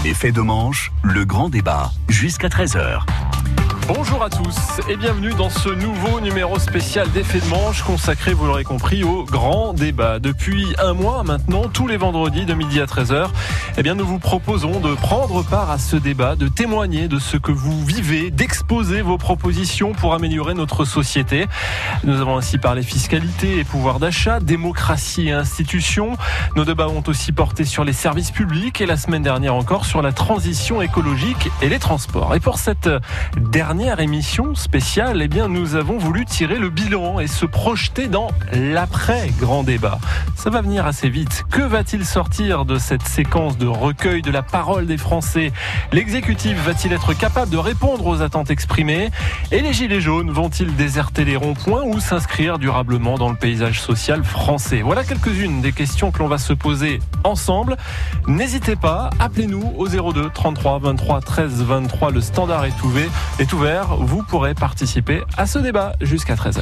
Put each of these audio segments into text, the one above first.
Effet de manche, le grand débat, jusqu'à 13h. Bonjour à tous et bienvenue dans ce nouveau numéro spécial d'Effet de manche consacré, vous l'aurez compris, au grand débat. Depuis un mois maintenant, tous les vendredis de midi à 13h, nous vous proposons de prendre part à ce débat, de témoigner de ce que vous vivez, d'exposer vos propositions pour améliorer notre société. Nous avons ainsi parlé fiscalité et pouvoir d'achat, démocratie et institutions. Nos débats ont aussi porté sur les services publics et la semaine dernière encore sur la transition écologique et les transports. Et pour cette dernière émission spéciale, nous avons voulu tirer le bilan et se projeter dans l'après-grand débat. Ça va venir assez vite. Que va-t-il sortir de cette séquence de recueil de la parole des Français ? L'exécutif va-t-il être capable de répondre aux attentes exprimées ? Et les gilets jaunes vont-ils déserter les ronds-points ou s'inscrire durablement dans le paysage social français ? Voilà quelques-unes des questions que l'on va se poser ensemble. N'hésitez pas, appelez-nous au 02 33 23 13 23. Le standard est ouvert. Vous pourrez participer à ce débat jusqu'à 13h.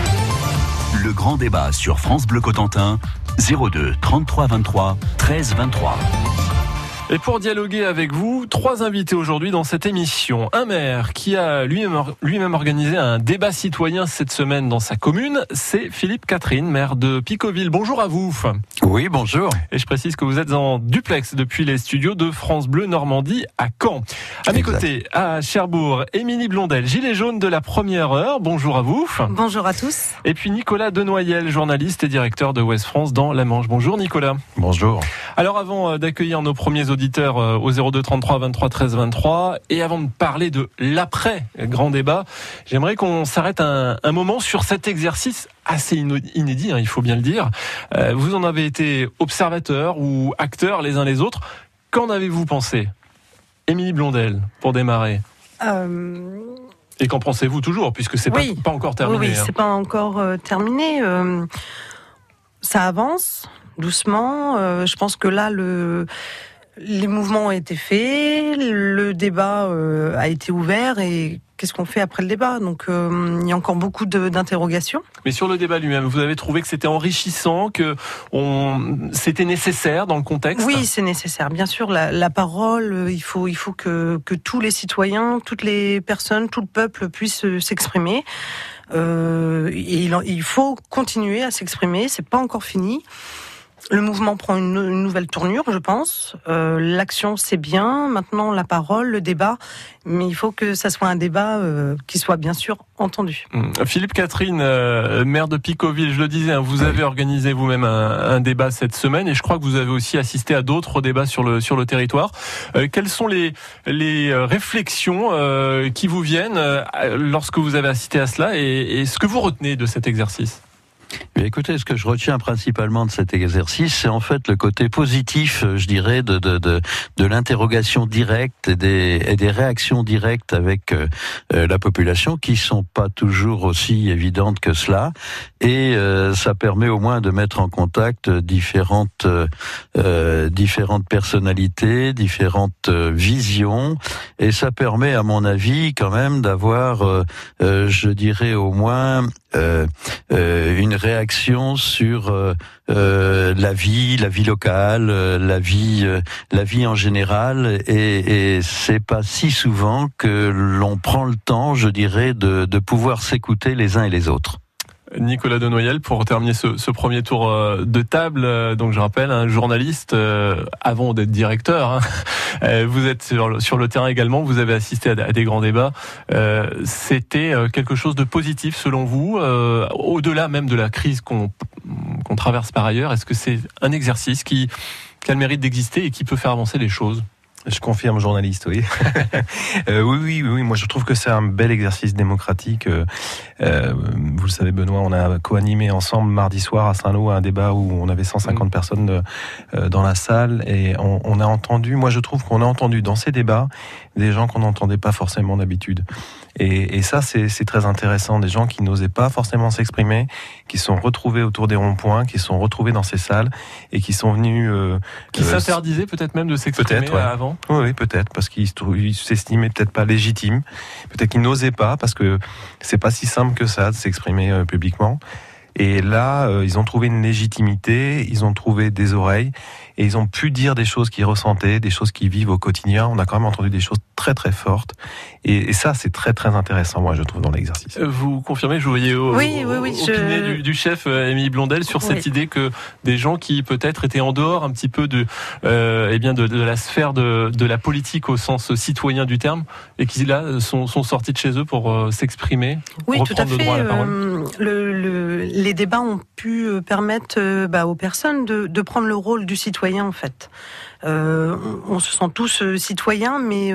Le grand débat sur France Bleu Cotentin, 02 33 23 13 23. Et pour dialoguer avec vous, 3 invités aujourd'hui dans cette émission. Un maire qui a lui-même organisé un débat citoyen cette semaine dans sa commune, c'est Philippe Catherine, maire de Picauville. Bonjour à vous. Oui, bonjour. Et je précise que vous êtes en duplex depuis les studios de France Bleu Normandie à Caen. À mes côtés, à Cherbourg, Émilie Blondel, gilet jaune de la première heure. Bonjour à vous. Bonjour à tous. Et puis Nicolas Denoyel, journaliste et directeur de Ouest France dans la Manche. Bonjour Nicolas. Bonjour. Alors avant d'accueillir nos premiers auditeurs au 02 33 23 13 23 et avant de parler de l'après grand débat, j'aimerais qu'on s'arrête un moment sur cet exercice assez inédit, il faut bien le dire. Vous en avez été observateur ou acteur les uns les autres. Qu'en avez-vous pensé ? Émilie Blondel, pour démarrer. Et qu'en pensez-vous toujours, puisque c'est pas encore terminé. Oui, c'est pas encore terminé. Ça avance doucement. Je pense que là, les mouvements ont été faits, le débat a été ouvert et qu'est-ce qu'on fait après le débat ? Donc il y a encore beaucoup d'interrogations. Mais sur le débat lui-même, vous avez trouvé que c'était enrichissant, que c'était nécessaire dans le contexte ? Oui, c'est nécessaire. Bien sûr, la parole, il faut que tous les citoyens, toutes les personnes, tout le peuple puissent s'exprimer. Et il faut continuer à s'exprimer, c'est pas encore fini. Le mouvement prend une nouvelle tournure, je pense. L'action, c'est bien. Maintenant, la parole, le débat. Mais il faut que ça soit un débat qui soit bien sûr entendu. Philippe Catherine, maire de Picauville, je le disais, vous avez organisé vous-même un débat cette semaine et je crois que vous avez aussi assisté à d'autres débats sur le territoire. Quelles sont les réflexions qui vous viennent lorsque vous avez assisté à cela et ce que vous retenez de cet exercice ? Mais écoutez, ce que je retiens principalement de cet exercice, c'est en fait le côté positif, je dirais, de l'interrogation directe et des réactions directes avec la population qui sont pas toujours aussi évidentes que cela. Et ça permet au moins de mettre en contact différentes personnalités, différentes visions. Et ça permet, à mon avis, quand même d'avoir, je dirais au moins, une réaction sur la vie locale, la vie en général, et c'est pas si souvent que l'on prend le temps, je dirais, de pouvoir s'écouter les uns et les autres. Nicolas Denoyel, pour terminer ce premier tour de table, donc je rappelle, un journaliste avant d'être directeur, vous êtes sur le terrain également, vous avez assisté à des grands débats. C'était quelque chose de positif selon vous, au-delà même de la crise qu'on traverse par ailleurs. Est-ce que c'est un exercice qui a le mérite d'exister et qui peut faire avancer les choses ? Je confirme, journaliste, oui. Oui. Moi, je trouve que c'est un bel exercice démocratique. Vous le savez, Benoît, on a co-animé ensemble mardi soir à Saint-Lô un débat où on avait 150 personnes dans la salle et on a entendu. Moi, je trouve qu'on a entendu dans ces débats des gens qu'on n'entendait pas forcément d'habitude. Et ça, c'est très intéressant. Des gens qui n'osaient pas forcément s'exprimer, qui sont retrouvés autour des ronds-points, qui sont retrouvés dans ces salles et qui sont venus... qui s'interdisaient peut-être même de s'exprimer avant. Oui, peut-être, parce qu'ils s'estimaient peut-être pas légitimes. Peut-être qu'ils n'osaient pas, parce que c'est pas si simple que ça de s'exprimer publiquement. Et là, ils ont trouvé une légitimité, ils ont trouvé des oreilles, et ils ont pu dire des choses qu'ils ressentaient, des choses qu'ils vivent au quotidien. On a quand même entendu des choses très très fortes. Et ça, c'est très très intéressant, moi, je trouve, dans l'exercice. Vous confirmez, je vous voyais opiner du chef Émilie Blondel sur cette idée que des gens qui peut-être étaient en dehors un petit peu de la sphère de la politique au sens citoyen du terme, et qui là sont sortis de chez eux pour s'exprimer, reprendre le droit à la parole. Les débats ont pu permettre aux personnes de prendre le rôle du citoyen, en fait. On se sent tous citoyens, mais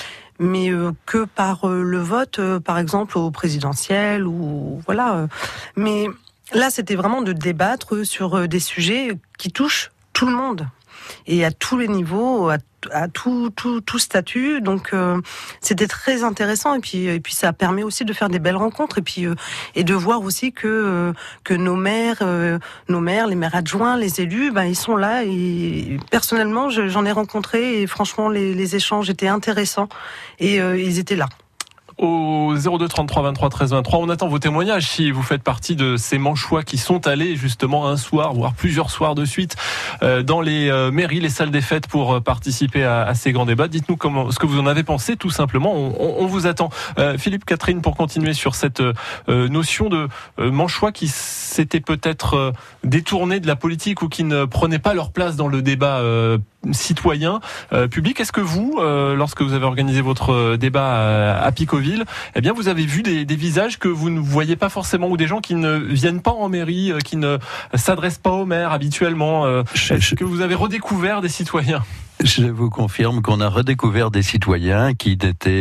que par le vote, par exemple au présidentiel, ou voilà. Mais là, c'était vraiment de débattre sur des sujets qui touchent tout le monde et à tous les niveaux, à tout statut. Donc c'était très intéressant, et puis ça permet aussi de faire des belles rencontres, et de voir aussi que nos maires, les maires adjoints, les élus, ils sont là, et personnellement j'en ai rencontré, et franchement les échanges étaient intéressants, et ils étaient là. Au 02 33 23 13 23, on attend vos témoignages si vous faites partie de ces Manchois qui sont allés justement un soir, voire plusieurs soirs de suite, dans les mairies, les salles des fêtes pour participer à ces grands débats. Dites-nous ce que vous en avez pensé, tout simplement. On vous attend. Philippe, Catherine, pour continuer sur cette notion de Manchois qui s'étaient peut-être détournés de la politique, ou qui ne prenaient pas leur place dans le débat citoyen, public. Est-ce que vous, lorsque vous avez organisé votre débat à Picauville, eh bien, vous avez vu des visages que vous ne voyez pas forcément, ou des gens qui ne viennent pas en mairie, qui ne s'adressent pas au maire habituellement? Est-ce que vous avez redécouvert des citoyens? Je vous confirme qu'on a redécouvert des citoyens qui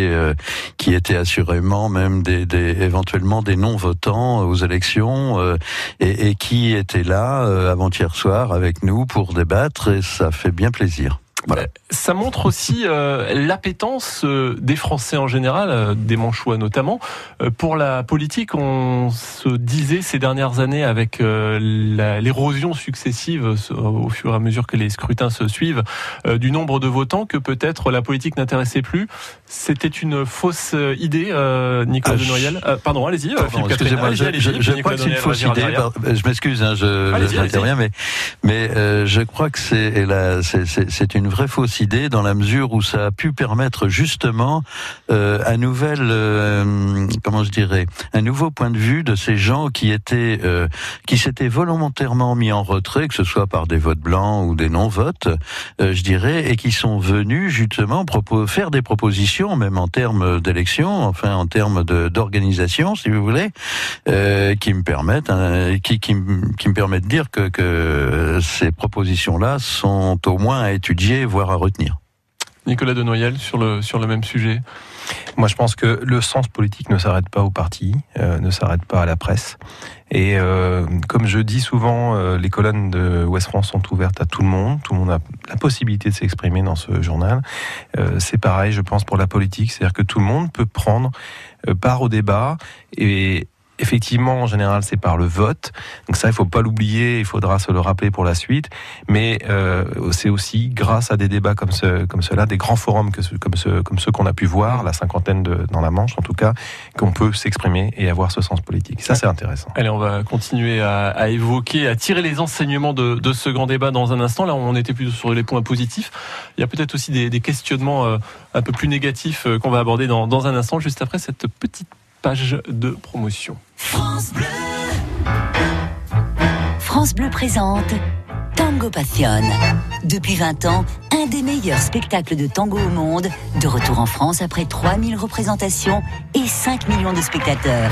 étaient assurément même éventuellement des non-votants aux élections, et qui étaient là avant-hier soir avec nous pour débattre, et ça fait bien plaisir. Voilà. Ça montre aussi l'appétence des Français en général, des Manchois notamment, pour la politique. On se disait ces dernières années, avec l'érosion successive au fur et à mesure que les scrutins se suivent, du nombre de votants, que peut-être la politique n'intéressait plus. C'était une fausse idée, Nicolas Denoyel. Pardon, allez-y. Excusez-moi, je crois que c'est une fausse idée. Je m'excuse, j'interviens, mais je crois que c'est une vraie fausse idée, dans la mesure où ça a pu permettre justement un nouveau point de vue de ces gens qui s'étaient volontairement mis en retrait, que ce soit par des votes blancs ou des non-votes, je dirais, et qui sont venus justement faire des propositions, même en termes d'élection, enfin en termes d'organisation, si vous voulez, qui me permettent de dire que ces propositions-là sont au moins à étudier, voire à retenir. Nicolas Denoyel, sur le même sujet. Moi, je pense que le sens politique ne s'arrête pas au parti, ne s'arrête pas à la presse. Et comme je dis souvent, les colonnes de Ouest France sont ouvertes à tout le monde. Tout le monde a la possibilité de s'exprimer dans ce journal. C'est pareil, je pense, pour la politique. C'est-à-dire que tout le monde peut prendre part au débat, et effectivement, en général, c'est par le vote. Donc ça, il faut pas l'oublier, il faudra se le rappeler pour la suite. Mais c'est aussi grâce à des débats comme cela, des grands forums comme ceux qu'on a pu voir, la cinquantaine dans la Manche en tout cas, qu'on peut s'exprimer et avoir ce sens politique. Ça, c'est intéressant. Allez, on va continuer à évoquer, à tirer les enseignements de ce grand débat dans un instant. Là, on était plutôt sur les points positifs. Il y a peut-être aussi des questionnements un peu plus négatifs qu'on va aborder dans un instant, juste après cette petite page de promotion. France Bleu. France Bleu présente Tango Passion. Depuis 20 ans, un des meilleurs spectacles de tango au monde, de retour en France après 3000 représentations et 5 millions de spectateurs.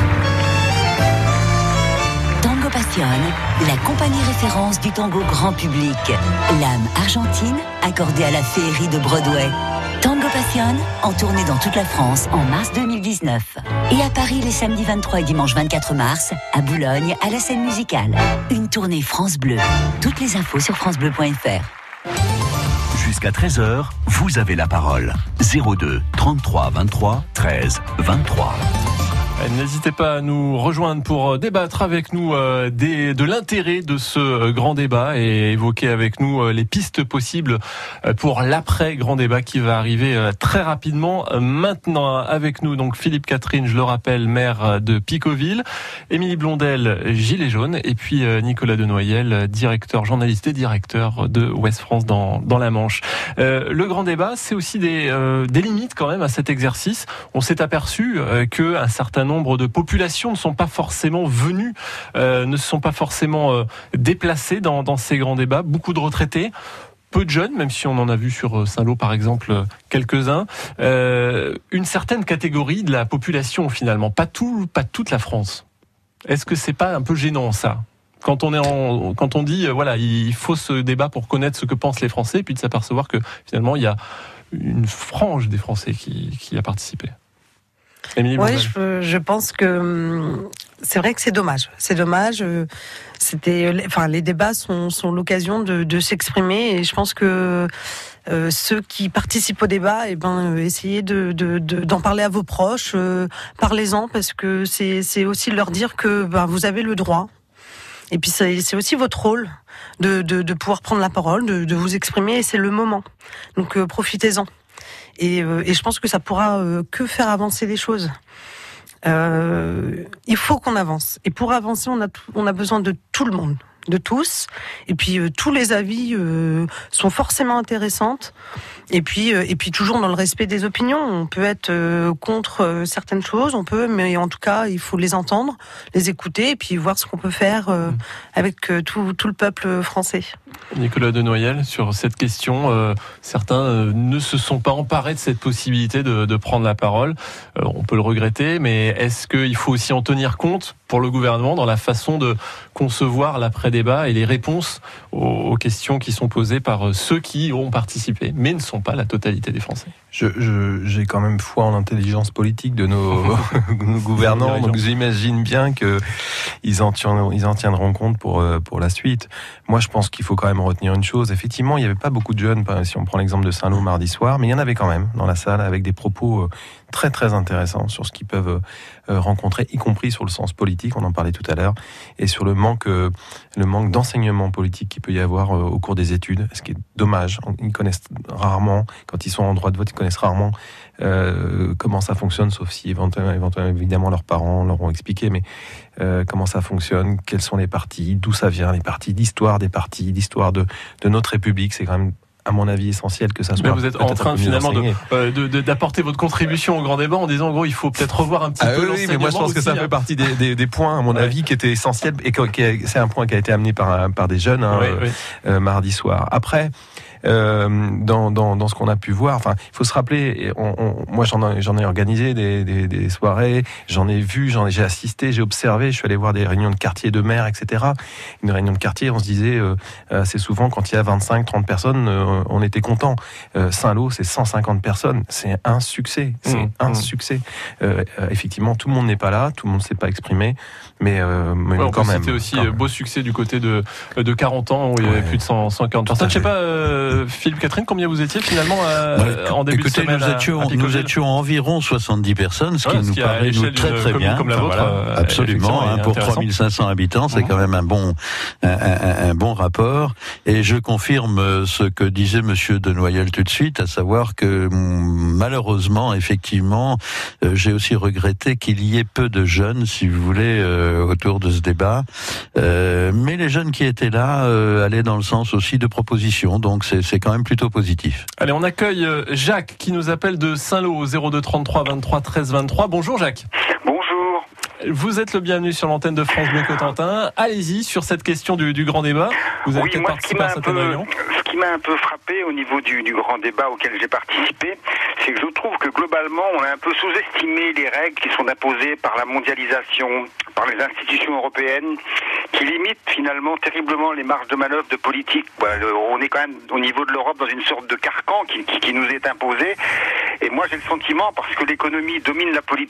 Tango Passion, la compagnie référence du tango grand public. L'âme argentine accordée à la féerie de Broadway. Tango Passion, en tournée dans toute la France en mars 2019. Et à Paris les samedis 23 et dimanche 24 mars, à Boulogne, à la scène musicale. Une tournée France Bleu. Toutes les infos sur francebleu.fr. Jusqu'à 13h, vous avez la parole. 02 33 23 13 23. N'hésitez pas à nous rejoindre pour débattre avec nous de l'intérêt de ce grand débat et évoquer avec nous les pistes possibles pour l'après-grand débat qui va arriver très rapidement. Maintenant, avec nous, donc Philippe Catherine, je le rappelle, maire de Picauville, Émilie Blondel, Gilets jaunes, et puis Nicolas Denoyel, directeur, journaliste et directeur de Ouest France dans la Manche. Le grand débat, c'est aussi des limites quand même à cet exercice. On s'est aperçu qu'un certain nombre de populations ne sont pas forcément venues, ne se sont pas forcément déplacées dans ces grands débats. Beaucoup de retraités, peu de jeunes, même si on en a vu sur Saint-Lô par exemple quelques-uns. Une certaine catégorie de la population finalement, pas toute la France. Est-ce que c'est pas un peu gênant ça ? Quand on dit voilà, il faut ce débat pour connaître ce que pensent les Français, puis de s'apercevoir que finalement il y a une frange des Français qui a participé. Oui, je pense que c'est vrai que c'est dommage. C'est dommage. Les débats sont l'occasion de s'exprimer, et je pense que ceux qui participent au débat, essayez d'en parler à vos proches, parlez-en, parce que c'est aussi leur dire que vous avez le droit. Et puis c'est aussi votre rôle de pouvoir prendre la parole, de vous exprimer, et c'est le moment. Donc profitez-en. Et je pense que ça pourra que faire avancer les choses. Il faut qu'on avance. Et pour avancer, on a besoin de tout le monde, de tous. Et puis tous les avis sont forcément intéressants. Et puis toujours dans le respect des opinions. On peut être contre certaines choses, mais en tout cas, il faut les entendre, les écouter, et puis voir ce qu'on peut faire avec tout le peuple français. Nicolas Denoyel, sur cette question, certains ne se sont pas emparés de cette possibilité de prendre la parole. On peut le regretter, mais est-ce qu'il faut aussi en tenir compte pour le gouvernement dans la façon de concevoir l'après-débat et les réponses aux questions qui sont posées par ceux qui ont participé, mais ne sont pas la totalité des Français? J'ai quand même foi en l'intelligence politique de nos gouvernants, donc j'imagine bien qu'ils en tiendront compte pour la suite. Moi, je pense qu'il faut quand même retenir une chose. Effectivement, il n'y avait pas beaucoup de jeunes, si on prend l'exemple de Saint-Lô mardi soir, mais il y en avait quand même dans la salle, avec des propos très très intéressants sur ce qu'ils peuvent rencontrer, y compris sur le sens politique, on en parlait tout à l'heure, et sur le manque d'enseignement politique qu'il peut y avoir au cours des études, ce qui est dommage. Ils connaissent rarement, quand ils sont en droit de vote, ils connaissent rarement comment ça fonctionne, sauf si éventuellement évidemment leurs parents leur ont expliqué, mais comment ça fonctionne, quels sont les partis, d'où ça vient, les partis, l'histoire des partis, l'histoire de notre République, c'est quand même, à mon avis, essentiel que ça soit. Mais vous êtes en train finalement d'apporter votre contribution au grand débat en disant en gros il faut peut-être revoir un petit peu l'enseignement. Mais moi je pense que ça fait partie des points, à mon avis, qui étaient essentiels, et c'est un point qui a été amené par des jeunes mardi soir. Après, dans ce qu'on a pu voir, enfin, il faut se rappeler, moi j'en ai organisé des soirées, j'en ai vu, j'ai assisté, j'ai observé, je suis allé voir des réunions de quartier de maires, etc. Une réunion de quartier, on se disait assez souvent, quand il y a 25-30 personnes, on était content. Saint-Lô, c'est 150 personnes, c'est un succès, succès. Effectivement, tout le monde n'est pas là, tout le monde ne s'est pas exprimé, mais quand même. C'était aussi beau succès du côté de 40 ans, où il y avait plus de 140 personnes. Je sais pas, Philippe Catherine, combien vous étiez finalement en début de semaine? Nous étions environ 70 personnes, ce qui nous paraît très bien. Comme la vôtre, absolument, pour 3500 habitants, c'est quand même un bon rapport. Et je confirme ce que disait Monsieur Denoyel tout de suite, à savoir que malheureusement, effectivement, j'ai aussi regretté qu'il y ait peu de jeunes, si vous voulez, autour de ce débat. Mais les jeunes qui étaient là allaient dans le sens aussi de propositions, donc c'est quand même plutôt positif. Allez, on accueille Jacques qui nous appelle de Saint-Lô au 02 33 23 13 23. Bonjour Jacques. Bonjour. Vous êtes le bienvenu sur l'antenne de France Bleu Cotentin. Allez-y sur cette question du grand débat. Vous avez peut-être participé à certaines réunions. Ce qui m'a un peu frappé au niveau du grand débat auquel j'ai participé, c'est que je trouve que globalement, on a un peu sous-estimé les règles qui sont imposées par la mondialisation, par les institutions européennes, qui limitent finalement terriblement les marges de manœuvre de politique. On est quand même au niveau de l'Europe dans une sorte de carcan qui nous est imposé. Et moi j'ai le sentiment, parce que l'économie domine la politique,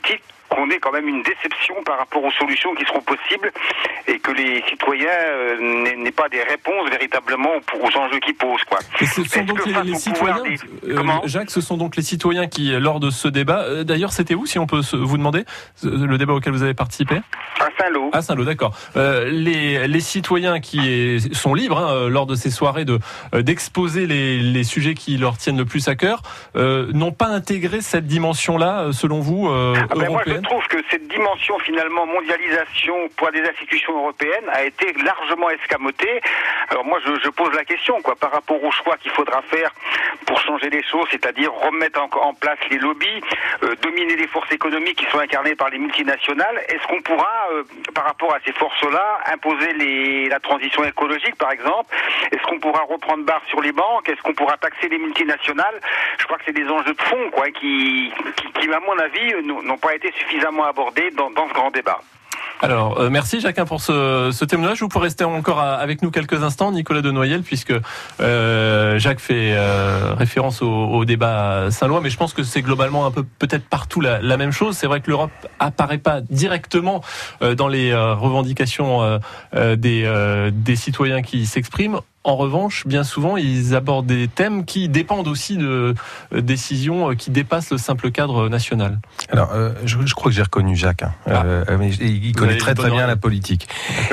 qu'on ait quand même une déception par rapport aux solutions qui seront possibles et que les citoyens n'aient pas des réponses véritablement aux enjeux qu'ils posent, quoi. Et ce sont donc les citoyens, Jacques, ce sont donc les citoyens qui, lors de ce débat, d'ailleurs, c'était où, si on peut vous demander, le débat auquel vous avez participé ? À Saint-Lô. À Saint-Lô, d'accord. Les citoyens qui sont libres lors de ces soirées d'exposer les sujets qui leur tiennent le plus à cœur, n'ont pas intégré cette dimension-là, selon vous, européenne ? Moi, je trouve que cette dimension, finalement, mondialisation pour des institutions européennes a été largement escamotée. Alors moi, je pose la question, quoi, par rapport au choix qu'il faudra faire pour changer les choses, c'est-à-dire remettre en place les lobbies, dominer les forces économiques qui sont incarnées par les multinationales. Est-ce qu'on pourra, par rapport à ces forces-là, imposer la transition écologique, par exemple ? Est-ce qu'on pourra reprendre barre sur les banques ? Est-ce qu'on pourra taxer les multinationales ? Je crois que c'est des enjeux de fond, quoi, qui à mon avis, n'ont pas été suffisamment abordés dans ce grand débat. Alors, merci Jacques pour ce témoignage. Vous pouvez rester encore avec nous quelques instants, Nicolas Denoyel, puisque Jacques fait référence au débat Saint-Lô, mais je pense que c'est globalement un peu peut-être partout la même chose. C'est vrai que l'Europe apparaît pas directement dans les revendications des citoyens qui s'expriment. En revanche, bien souvent, ils abordent des thèmes qui dépendent aussi de décisions qui dépassent le simple cadre national. Alors, je crois que j'ai reconnu Jacques. Mais il connaît très bien la politique.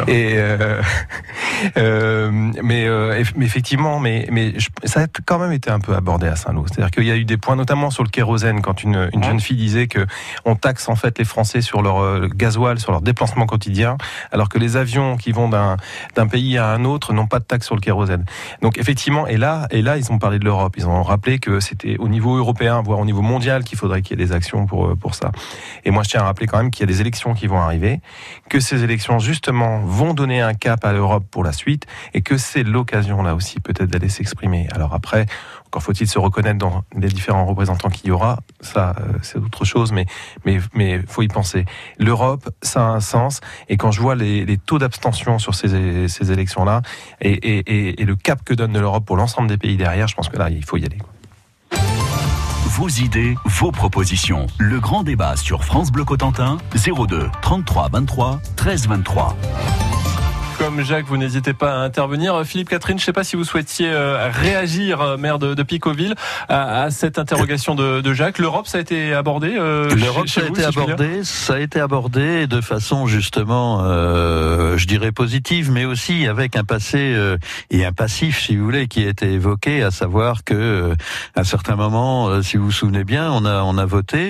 Mais effectivement, ça a quand même été un peu abordé à Saint-Lô. C'est-à-dire qu'il y a eu des points, notamment sur le kérosène, quand une jeune fille disait que on taxe en fait les Français sur leur gasoil, sur leur déplacement quotidien, alors que les avions qui vont d'un pays à un autre n'ont pas de taxe sur le kérosène. Donc effectivement, et là, ils ont parlé de l'Europe. Ils ont rappelé que c'était au niveau européen, voire au niveau mondial, qu'il faudrait qu'il y ait des actions pour ça. Et moi, je tiens à rappeler quand même qu'il y a des élections qui vont arriver, que ces élections justement vont donner un cap à l'Europe pour la suite, et que c'est l'occasion là aussi peut-être d'aller s'exprimer. Alors après, encore faut-il se reconnaître dans les différents représentants qu'il y aura. Ça, c'est autre chose, mais faut y penser. L'Europe, ça a un sens. Et quand je vois les taux d'abstention sur ces élections-là, et le cap que donne l'Europe pour l'ensemble des pays derrière, je pense que là, il faut y aller. Vos idées, vos propositions. Le grand débat sur France Bleu Cotentin, 02 33 23 13 23. Comme Jacques, vous n'hésitez pas à intervenir. Philippe Catherine, je ne sais pas si vous souhaitiez réagir, maire de Picauville, à cette interrogation de Jacques. L'Europe, ça a été abordé L'Europe, ça a été abordé de façon justement, je dirais positive, mais aussi avec un passé et un passif, si vous voulez, qui a été évoqué, à savoir que à un certain moment, si vous vous souvenez bien, on a voté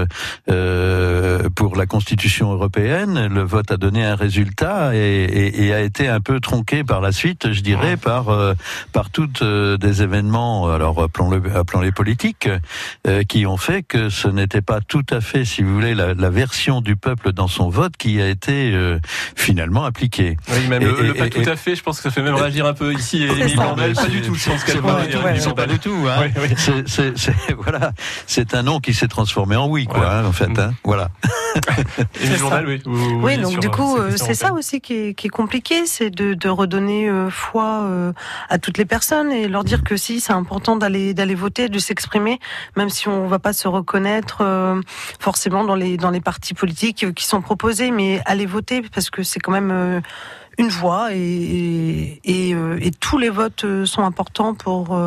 pour la Constitution européenne. Le vote a donné un résultat et a été un peu tronqué par la suite, je dirais, par toutes des événements, alors appelons-les politiques, qui ont fait que ce n'était pas tout à fait, si vous voulez, la version du peuple dans son vote qui a été finalement appliquée. Oui, même le pas tout à fait, je pense que ça fait même réagir un peu ici Émilie Blondel, pas du tout. Je pense qu'elle pas du tout. Hein. Oui. Voilà, c'est un non qui s'est transformé en oui, quoi, en fait. Hein. Voilà. Émilie Blondel, oui. Oui, donc du coup, c'est ça aussi qui est compliqué, c'est de redonner foi à toutes les personnes et leur dire que si, c'est important d'aller voter, de s'exprimer, même si on va pas se reconnaître forcément dans les partis politiques qui sont proposés, mais aller voter parce que c'est quand même une voix et tous les votes sont importants pour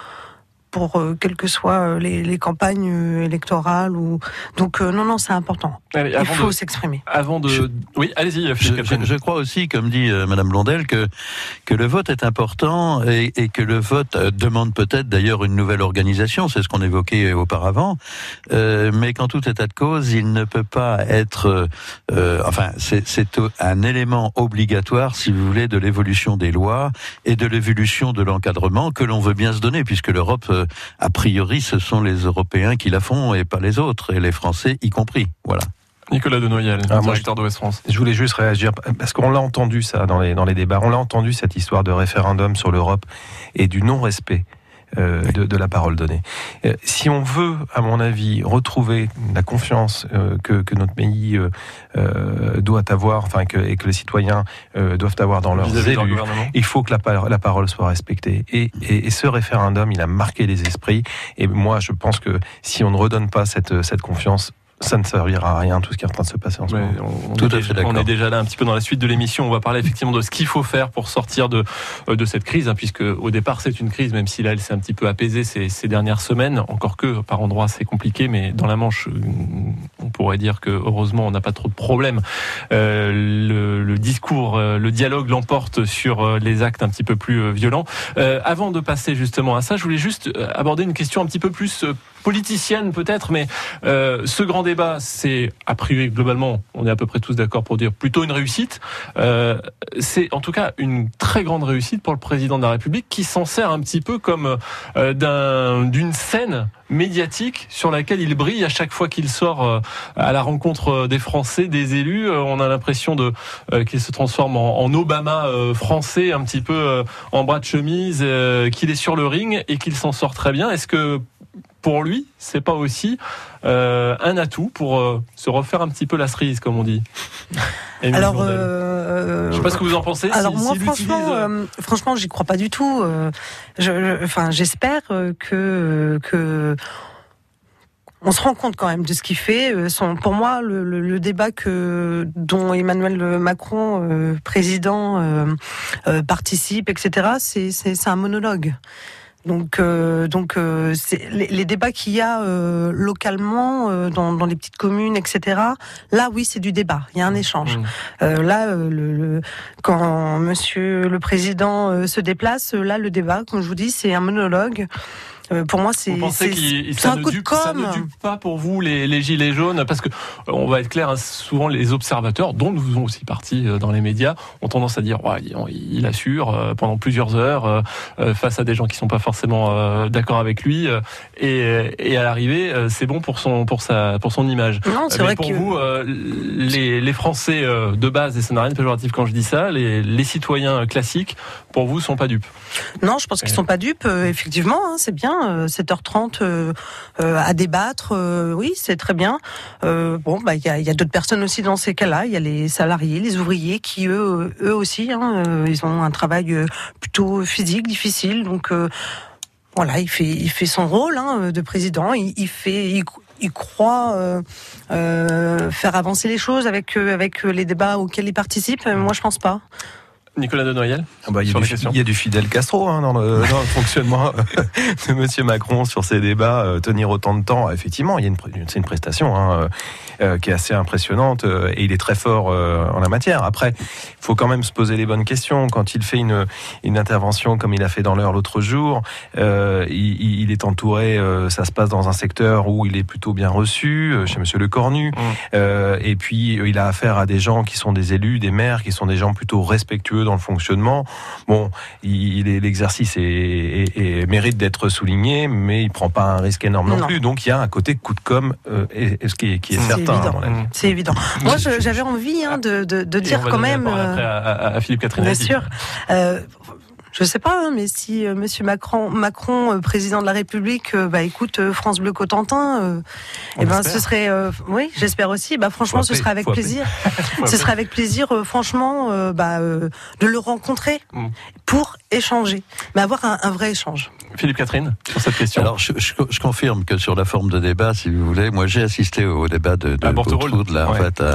quelles que soient les campagnes électorales donc non, c'est important. Allez, il faut s'exprimer. Oui, allez-y. Je crois aussi, comme dit Madame Blondel, que le vote est important et que le vote demande peut-être d'ailleurs une nouvelle organisation. C'est ce qu'on évoquait auparavant. Mais qu'en tout état de cause, il ne peut pas être. C'est un élément obligatoire, si vous voulez, de l'évolution des lois et de l'évolution de l'encadrement que l'on veut bien se donner, puisque l'Europe, a priori, ce sont les Européens qui la font et pas les autres, et les Français y compris. Voilà. Nicolas Denoyel, directeur d'Ouest France. Je voulais juste réagir, parce qu'on l'a entendu ça dans les débats, on l'a entendu cette histoire de référendum sur l'Europe et du non-respect de la parole donnée. Si on veut, à mon avis, retrouver la confiance que notre pays doit avoir, et que les citoyens doivent avoir dans leurs élus, il faut que la parole soit respectée. Et ce référendum, il a marqué les esprits. Et moi, je pense que si on ne redonne pas cette confiance, ça ne servira à rien, tout ce qui est en train de se passer en ce moment. On est déjà là un petit peu dans la suite de l'émission. On va parler effectivement de ce qu'il faut faire pour sortir de cette crise, puisque au départ c'est une crise, même si là elle s'est un petit peu apaisée ces dernières semaines. Encore que par endroits c'est compliqué, mais dans la Manche, on pourrait dire que heureusement on n'a pas trop de problèmes. Le discours, le dialogue l'emporte sur les actes un petit peu plus violents. Avant de passer justement à ça, je voulais juste aborder une question un petit peu plus politicienne peut-être, mais ce grand débat, c'est a priori globalement, on est à peu près tous d'accord pour dire plutôt une réussite. C'est en tout cas une très grande réussite pour le président de la République qui s'en sert un petit peu comme d'une scène médiatique sur laquelle il brille à chaque fois qu'il sort à la rencontre des Français, des élus. On a l'impression qu'il se transforme en Obama français, un petit peu en bras de chemise, qu'il est sur le ring et qu'il s'en sort très bien. Est-ce que pour lui, c'est pas aussi un atout pour se refaire un petit peu la cerise, comme on dit? Alors, je sais pas ce que vous en pensez. Alors moi, franchement, j'y crois pas du tout. J'espère que on se rend compte quand même de ce qu'il fait. Pour moi, le débat dont Emmanuel Macron, président, participe, etc., c'est un monologue. Donc, c'est les débats qu'il y a localement dans les petites communes, etc. Là, oui, c'est du débat. Il y a un échange. Quand Monsieur le Président se déplace, là, le débat, comme je vous dis, c'est un monologue. Pour moi, c'est un coup de com'. Ça ne dupe pas pour vous les gilets jaunes, parce que on va être clair, souvent les observateurs, dont nous faisons aussi partie dans les médias, ont tendance à dire il assure pendant plusieurs heures face à des gens qui sont pas forcément d'accord avec lui, et à l'arrivée c'est bon pour son image. Non, c'est vrai pour vous, les Français de base, et ça n'a rien de péjoratif quand je dis ça, les citoyens classiques, pour vous, sont pas dupes. Non, je pense qu'ils sont pas dupes. Effectivement, c'est bien. 7h30 à débattre, oui, c'est très bien. Il y a d'autres personnes aussi dans ces cas-là. Il y a les salariés, les ouvriers qui eux aussi, ils ont un travail plutôt physique, difficile. Donc voilà, il fait son rôle de président. Il croit faire avancer les choses avec les débats auxquels il participe. Moi, je pense pas. Nicolas Denoyel, il y a du Fidel Castro dans le fonctionnement de Monsieur Macron sur ces débats. Tenir autant de temps, effectivement, c'est une prestation qui est assez impressionnante, et il est très fort en la matière. Après, il faut quand même se poser les bonnes questions. Quand il fait une intervention comme il a fait dans l'heure l'autre jour, il est entouré, ça se passe dans un secteur où il est plutôt bien reçu, chez Monsieur Lecornu, et puis il a affaire à des gens qui sont des élus, des maires, qui sont des gens plutôt respectueux dans le fonctionnement. Bon, l'exercice mérite d'être souligné, mais il prend pas un risque énorme non plus. Donc il y a un côté coup de com', ce qui est certain. C'est évident. Moi, j'avais envie de dire quand même. À Philippe Catherine. Bien sûr. Je sais pas, mais si Monsieur Macron, président de la République, écoute France Bleu Cotentin, ce serait, oui, j'espère aussi. Franchement, ce serait avec plaisir. Ce serait avec plaisir, franchement, de le rencontrer pour échanger, mais avoir un vrai échange. Philippe Catherine, sur cette question. Alors, je confirme que sur la forme de débat, si vous voulez, moi j'ai assisté au débat de là, en fait,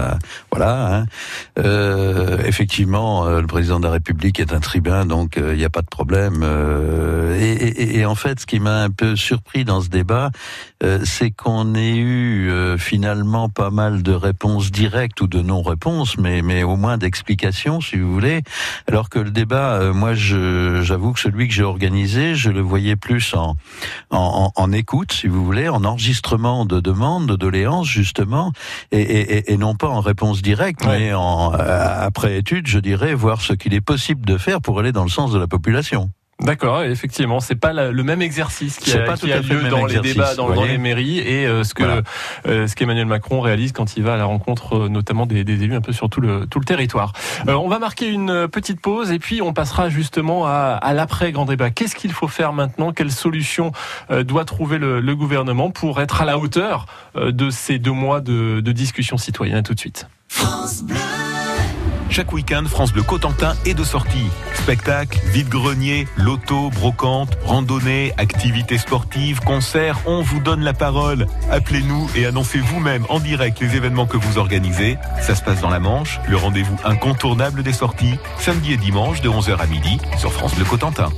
effectivement, le président de la République est un tribun, donc il n'y a pas de problème. Et en fait, ce qui m'a un peu surpris dans ce débat, c'est qu'on ait eu finalement pas mal de réponses directes ou de non-réponses, mais au moins d'explications, si vous voulez. Alors que le débat, moi, j'avoue que celui que j'ai organisé, je le voyais plus en écoute, si vous voulez, en enregistrement de demandes, de doléances, justement, et non pas en réponse directe, mais après étude, je dirais, voir ce qu'il est possible de faire pour aller dans le sens de la population. D'accord, effectivement, c'est pas le même exercice qui a lieu dans les débats, dans les mairies, et ce qu'Emmanuel Macron réalise quand il va à la rencontre, notamment des élus un peu sur tout le territoire. On va marquer une petite pause et puis on passera justement à l'après grand débat. Qu'est-ce qu'il faut faire maintenant? Quelle solution doit trouver le gouvernement pour être à la hauteur de ces 2 mois de discussion citoyenne? À tout de suite. France Bleu. Chaque week-end, France Bleu Cotentin est de sortie. Spectacles, vide-grenier, loto, brocante, randonnée, activités sportives, concerts, on vous donne la parole. Appelez-nous et annoncez vous-même en direct les événements que vous organisez. Ça se passe dans la Manche, le rendez-vous incontournable des sorties, samedi et dimanche de 11h à midi sur France Bleu Cotentin.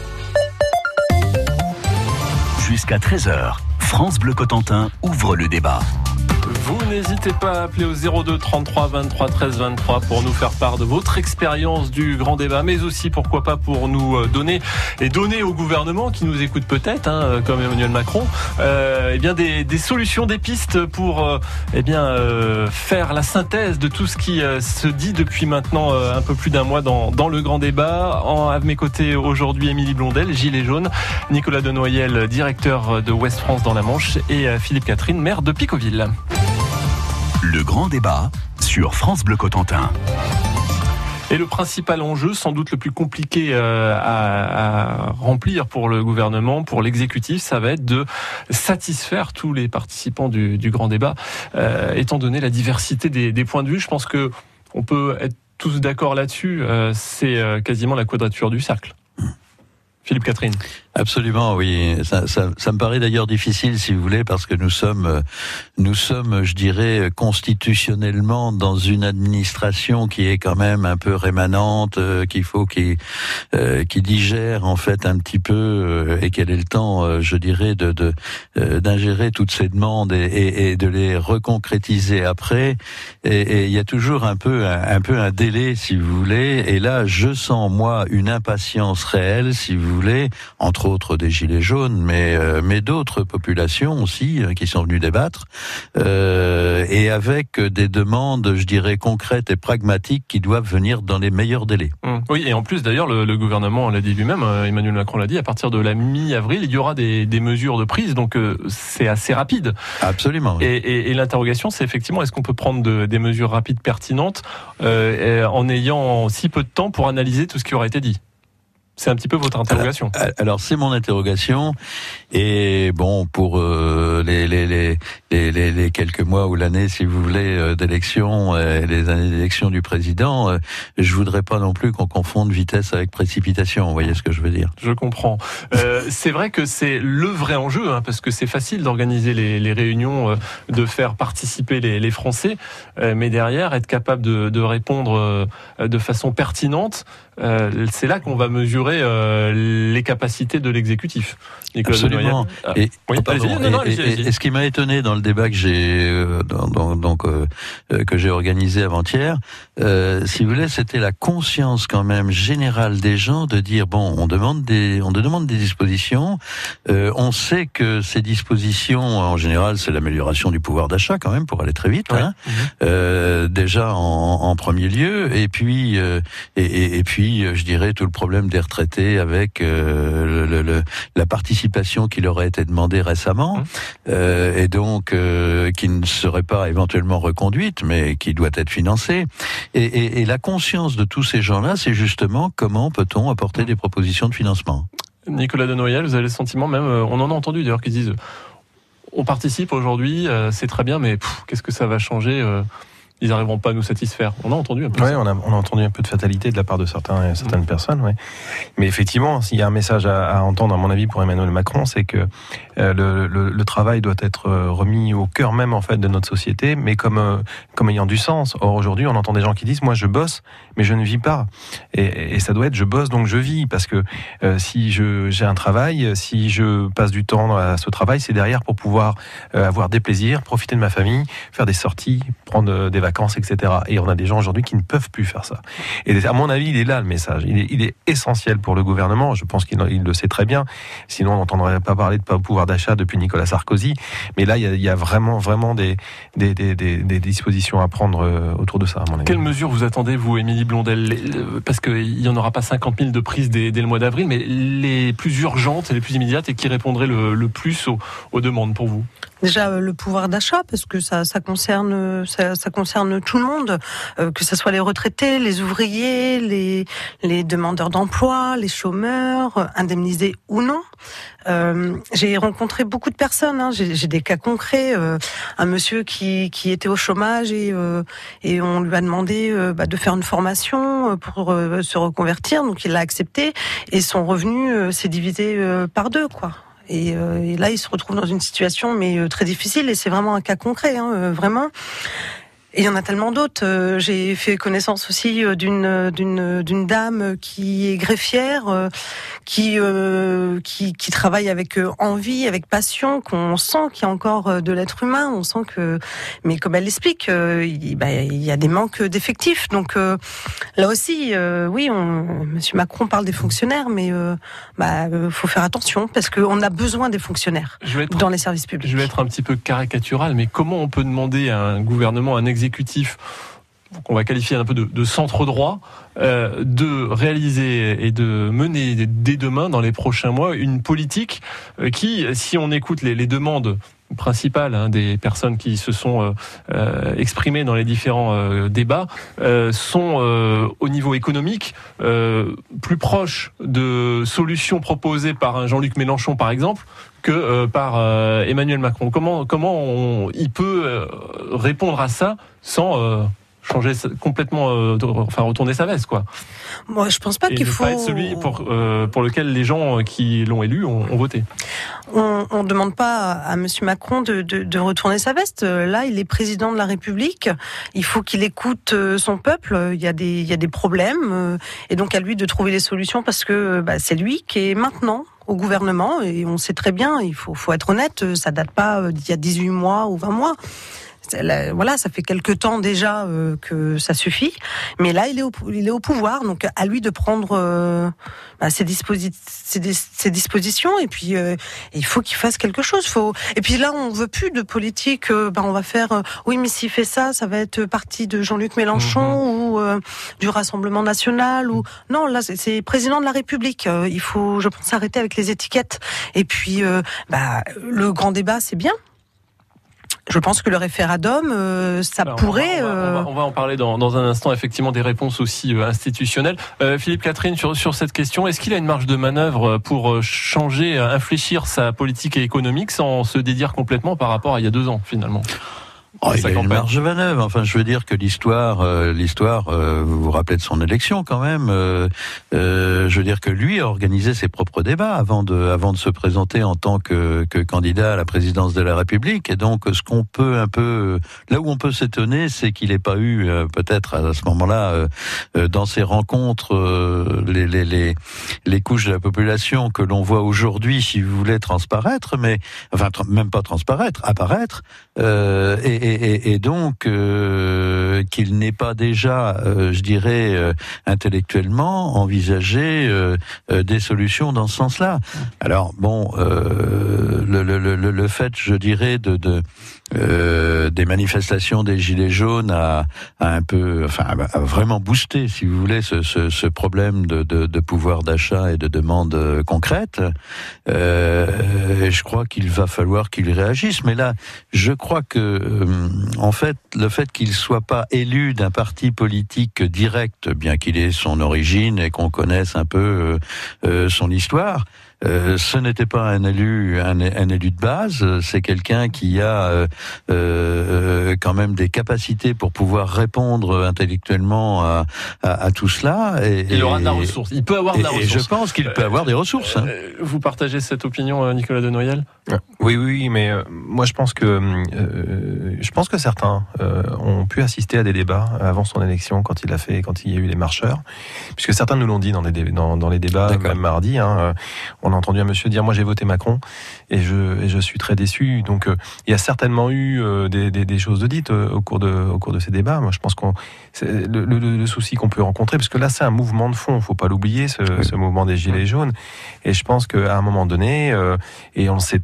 Jusqu'à 13h, France Bleu Cotentin ouvre le débat. Vous n'hésitez pas à appeler au 02 33 23 13 23 pour nous faire part de votre expérience du grand débat, mais aussi pourquoi pas pour nous donner au gouvernement qui nous écoute peut-être, comme Emmanuel Macron, des solutions, des pistes pour faire la synthèse de tout ce qui se dit depuis maintenant un peu plus d'un mois dans le grand débat. À mes côtés aujourd'hui, Émilie Blondel, Gilet jaune, Nicolas Denoyel, directeur de Ouest France dans la Manche, et Philippe Catherine, maire de Picoville. Le grand débat sur France Bleu Cotentin. Et le principal enjeu, sans doute le plus compliqué à remplir pour le gouvernement, pour l'exécutif, ça va être de satisfaire tous les participants du grand débat, étant donné la diversité des points de vue. Je pense que on peut être tous d'accord là-dessus. C'est quasiment la quadrature du cercle. Philippe Catherine. Absolument, oui. Ça me paraît d'ailleurs difficile, si vous voulez, parce que nous sommes, je dirais, constitutionnellement dans une administration qui est quand même un peu rémanente, qui digère en fait un petit peu et qu'elle ait le temps, je dirais, d'ingérer toutes ces demandes et de les reconcrétiser après. Et il y a toujours un peu un délai, si vous voulez. Et là, je sens moi une impatience réelle, si vous voulez, entre autres des gilets jaunes, mais d'autres populations aussi qui sont venues débattre, et avec des demandes, je dirais, concrètes et pragmatiques qui doivent venir dans les meilleurs délais. Oui, et en plus d'ailleurs, le gouvernement l'a dit lui-même, Emmanuel Macron l'a dit, à partir de la mi-avril, il y aura des mesures de prise, donc c'est assez rapide. Absolument. Oui. Et l'interrogation, c'est effectivement, est-ce qu'on peut prendre des mesures rapides pertinentes en ayant si peu de temps pour analyser tout ce qui aura été dit ? C'est un petit peu votre interrogation. Alors c'est mon interrogation, et bon, pour les quelques mois ou l'année, si vous voulez, d'élection, les années d'élection du président, je voudrais pas non plus qu'on confonde vitesse avec précipitation. Vous voyez ce que je veux dire ? Je comprends. C'est vrai que c'est le vrai enjeu, parce que c'est facile d'organiser les réunions, de faire participer les Français, mais derrière, être capable de répondre de façon pertinente, c'est là qu'on va mesurer les capacités de l'exécutif. Nicolas Absolument. Denoyel. Et ce qui m'a étonné dans le débat que j'ai organisé avant-hier, si vous voulez, c'était la conscience quand même générale des gens de dire bon, on demande des dispositions. On sait que ces dispositions, en général, c'est l'amélioration du pouvoir d'achat quand même pour aller très vite. Ouais. Déjà en premier lieu, et puis je dirais tout le problème des retraités avec la participation qui leur a été demandée récemment, et donc qui ne serait pas éventuellement reconduite, mais qui doit être financée. Et la conscience de tous ces gens-là, c'est justement comment peut-on apporter des propositions de financement. Nicolas Denoyel, vous avez le sentiment même, on en a entendu d'ailleurs qui disent on participe aujourd'hui, c'est très bien, mais qu'est-ce que ça va changer ils n'arriveront pas à nous satisfaire. On a entendu un peu ça. On a entendu un peu de fatalité de la part de certaines personnes. Ouais. Mais effectivement, s'il y a un message à entendre, à mon avis, pour Emmanuel Macron, c'est que le travail doit être remis au cœur même en fait de notre société, mais comme ayant du sens. Or aujourd'hui, on entend des gens qui disent moi je bosse, mais je ne vis pas. Et ça doit être je bosse donc je vis, parce que si j'ai un travail, si je passe du temps à ce travail, c'est derrière pour pouvoir avoir des plaisirs, profiter de ma famille, faire des sorties, prendre des vacances, etc. Et on a des gens aujourd'hui qui ne peuvent plus faire ça. Et à mon avis, il est là le message. Il est essentiel pour le gouvernement. Je pense qu'il le sait très bien. Sinon, on n'entendrait pas parler de pouvoir d'achat depuis Nicolas Sarkozy. Mais là, il y a vraiment des dispositions à prendre autour de ça, à mon avis. Quelles mesures vous attendez, vous, Émilie Blondel ? Parce qu'il n'y en aura pas 50 000 de prises dès le mois d'avril, mais les plus urgentes et les plus immédiates et qui répondraient le plus aux demandes pour vous ? Déjà le pouvoir d'achat, parce que ça concerne tout le monde, que ce soit les retraités, les ouvriers, les demandeurs d'emploi, les chômeurs, indemnisés ou non. J'ai rencontré beaucoup de personnes, hein. J'ai des cas concrets, un monsieur qui était au chômage et on lui a demandé de faire une formation pour se reconvertir, donc il l'a accepté et son revenu s'est divisé par 2, quoi. Et là, il se retrouve dans une situation très difficile et c'est vraiment un cas concret, hein, vraiment. Et il y en a tellement d'autres. J'ai fait connaissance aussi d'une dame qui est greffière, qui travaille avec envie, avec passion, qu'on sent qu'il y a encore de l'être humain. On sent que, mais comme elle l'explique, il y a des manques d'effectifs. Donc là aussi, oui, Monsieur Macron parle des fonctionnaires, mais faut faire attention parce qu'on a besoin des fonctionnaires dans les services publics. Je vais être un petit peu caricatural, mais comment on peut demander à un gouvernement, un exécutif qu'on va qualifier un peu de centre droit, de réaliser et de mener dès demain, dans les prochains mois, une politique qui, si on écoute les demandes principales des personnes qui se sont exprimées dans les différents débats, sont au niveau économique plus proches de solutions proposées par un Jean-Luc Mélenchon, par exemple, que par Emmanuel Macron. Comment il peut répondre à ça sans changer complètement, retourner sa veste, quoi. Moi, je pense pas qu'il faut. Pas être celui pour lequel les gens qui l'ont élu ont voté. On demande pas à Monsieur Macron de retourner sa veste. Là, il est président de la République. Il faut qu'il écoute son peuple. Il y a des problèmes, et donc à lui de trouver des solutions parce que c'est lui qui est maintenant au gouvernement et on sait très bien. Il faut être honnête. Ça date pas d'il y a 18 mois ou 20 mois. Voilà, ça fait quelque temps déjà que ça suffit. Mais là, il est au pouvoir, donc à lui de prendre ses dispositions. Et puis, il faut qu'il fasse quelque chose. Et puis là, on veut plus de politique. On va faire. Oui, mais s'il fait ça, ça va être parti de Jean-Luc Mélenchon ou du Rassemblement national. Ou non, là, c'est président de la République. Il faut, je pense, s'arrêter avec les étiquettes. Et puis, le grand débat, c'est bien. Je pense que le référendum, pourrait... On va en parler dans un instant, effectivement, des réponses aussi institutionnelles. Philippe Catherine, sur cette question, est-ce qu'il a une marge de manœuvre pour changer, infléchir sa politique économique sans se dédire complètement par rapport à il y a 2 ans, finalement ? Il a une marge de manœuvre. Enfin, je veux dire que l'histoire, vous vous rappelez de son élection quand même. Je veux dire que lui a organisé ses propres débats avant de se présenter en tant que candidat à la présidence de la République. Et donc, ce qu'on peut là où on peut s'étonner, c'est qu'il n'ait pas eu peut-être à ce moment-là dans ses rencontres les couches de la population que l'on voit aujourd'hui, si vous voulez, transparaître, mais enfin même pas transparaître, apparaître. Et donc qu'il n'ait pas déjà, je dirais, intellectuellement envisagé des solutions dans ce sens-là. Alors bon, le fait, je dirais, des manifestations des Gilets jaunes a vraiment boosté, si vous voulez, ce problème de pouvoir d'achat et de demande concrète. Je crois qu'il va falloir qu'il réagisse. Mais là, je crois que en fait, le fait qu'il soit pas élu d'un parti politique direct, bien qu'il ait son origine et qu'on connaisse un peu son histoire, ce n'était pas un élu de base. C'est quelqu'un qui a quand même des capacités pour pouvoir répondre intellectuellement à tout cela. Il aura de la ressource. Il peut avoir de la ressource. Et je pense qu'il peut avoir des ressources. Vous partagez cette opinion, Nicolas de Noyel ? Oui, mais moi je pense que certains ont pu assister à des débats avant son élection quand il y a eu les marcheurs, puisque certains nous l'ont dit dans les débats. D'accord. Même mardi. On a entendu un monsieur dire: moi j'ai voté Macron et je suis très déçu. Donc il y a certainement eu des choses dites au cours de ces débats. Moi je pense le souci qu'on peut rencontrer, parce que là c'est un mouvement de fond, faut pas l'oublier, ce mouvement des Gilets jaunes. Et je pense qu'à un moment donné, et on le sait tous,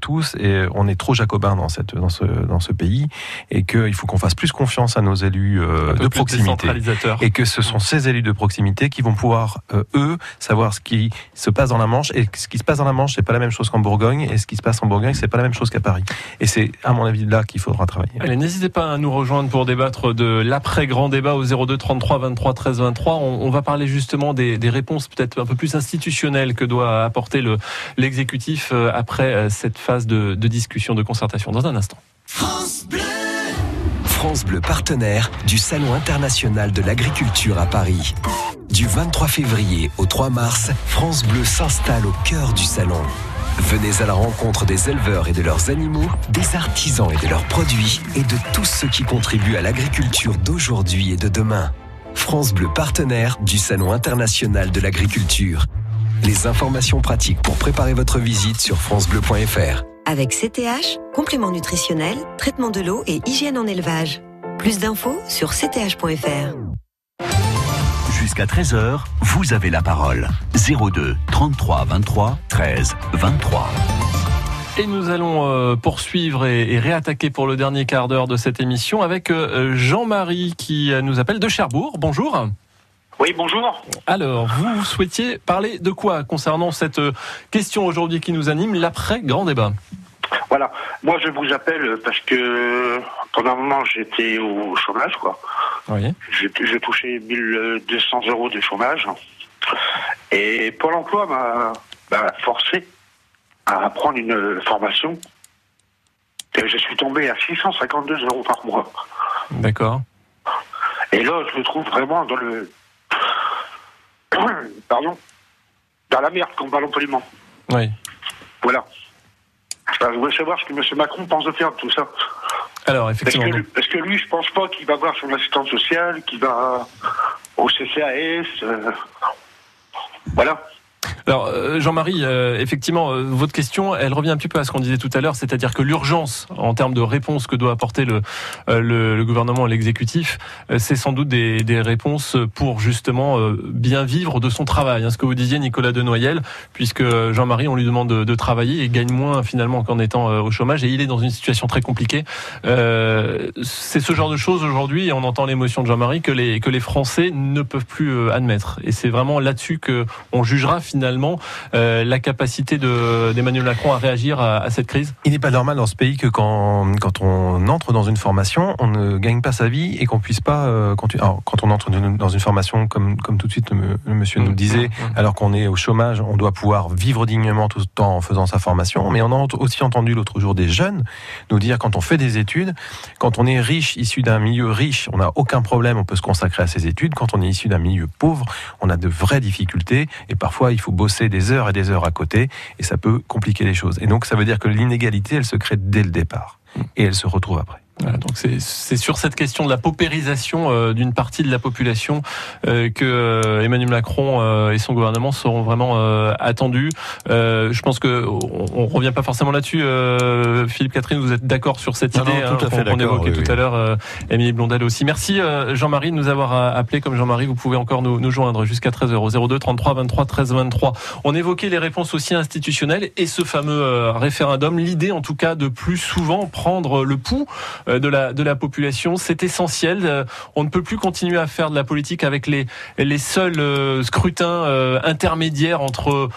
tous, et on est trop jacobins dans ce pays, et qu'il faut qu'on fasse plus confiance à nos élus de proximité, et que ce sont ces élus de proximité qui vont pouvoir eux savoir ce qui se passe dans la Manche, et ce qui se passe dans la Manche, c'est pas la même chose qu'en Bourgogne, et ce qui se passe en Bourgogne, c'est pas la même chose qu'à Paris. Et c'est à mon avis là qu'il faudra travailler. Allez, n'hésitez pas à nous rejoindre pour débattre de l'après grand débat au 02 33 23 13 23. On va parler justement des réponses peut-être un peu plus institutionnelles que doit apporter l'exécutif après cette phase de discussion, de concertation. Dans un instant. France Bleu. France Bleu, partenaire du Salon international de l'agriculture à Paris. Du 23 février au 3 mars, France Bleu s'installe au cœur du salon. Venez à la rencontre des éleveurs et de leurs animaux, des artisans et de leurs produits, et de tous ceux qui contribuent à l'agriculture d'aujourd'hui et de demain. France Bleu, partenaire du Salon international de l'agriculture. Les informations pratiques pour préparer votre visite sur francebleu.fr. Avec CTH, compléments nutritionnels, traitement de l'eau et hygiène en élevage. Plus d'infos sur cth.fr. Jusqu'à 13h, vous avez la parole. 02 33 23 13 23. Et nous allons poursuivre et réattaquer pour le dernier quart d'heure de cette émission avec Jean-Marie qui nous appelle de Cherbourg. Bonjour. Oui, bonjour. Alors, vous souhaitiez parler de quoi concernant cette question aujourd'hui qui nous anime, l'après-grand débat? Voilà. Moi, je vous appelle parce que pendant un moment, j'étais au chômage, quoi. Oui. Je touchais 1200 € de chômage. Et Pôle emploi m'a forcé à prendre une formation. Et je suis tombé à 652 € par mois. D'accord. Et là, je me trouve vraiment dans dans la merde, comme parlons poliment. Oui. Voilà. Alors, je voulais savoir ce que M. Macron pense de faire de tout ça. Alors, effectivement. Parce que lui, je pense pas qu'il va voir son assistante sociale, qu'il va au CCAS. Voilà. Alors, Jean-Marie, effectivement, votre question, elle revient un petit peu à ce qu'on disait tout à l'heure, c'est-à-dire que l'urgence, en termes de réponse que doit apporter le gouvernement et l'exécutif, c'est sans doute des réponses pour justement bien vivre de son travail. Ce que vous disiez, Nicolas Denoyel, puisque Jean-Marie, on lui demande de travailler et gagne moins finalement qu'en étant au chômage, et il est dans une situation très compliquée. C'est ce genre de choses aujourd'hui, et on entend l'émotion de Jean-Marie, que les Français ne peuvent plus admettre. Et c'est vraiment là-dessus qu'on jugera finalement la capacité d'Emmanuel Macron à réagir à cette crise. Il n'est pas normal dans ce pays que quand on entre dans une formation, on ne gagne pas sa vie et qu'on puisse pas continuer. Alors, quand on entre dans une formation, comme tout de suite le monsieur nous disait, alors qu'on est au chômage, on doit pouvoir vivre dignement tout le temps en faisant sa formation. Mais on a aussi entendu l'autre jour des jeunes nous dire, quand on fait des études, quand on est riche, issu d'un milieu riche, on n'a aucun problème, on peut se consacrer à ses études. Quand on est issu d'un milieu pauvre, on a de vraies difficultés, et parfois il faut bosser des heures et des heures à côté, et ça peut compliquer les choses. Et donc ça veut dire que l'inégalité, elle se crée dès le départ, et elle se retrouve après. Voilà, donc c'est sur cette question de la paupérisation d'une partie de la population que Emmanuel Macron et son gouvernement seront vraiment attendus. Je pense que on revient pas forcément là-dessus. Philippe Catherine, vous êtes d'accord sur cette idée tout à fait qu'on évoquait tout à oui. l'heure. Émilie Blondel aussi. Merci Jean-Marie de nous avoir appelé. Comme Jean-Marie, vous pouvez encore nous joindre jusqu'à 13h 02 33 23 13 23. On évoquait les réponses aussi institutionnelles et ce fameux référendum. L'idée, en tout cas, de plus souvent prendre le pouls de la population, c'est essentiel. On ne peut plus continuer à faire de la politique avec les seuls scrutins intermédiaires entre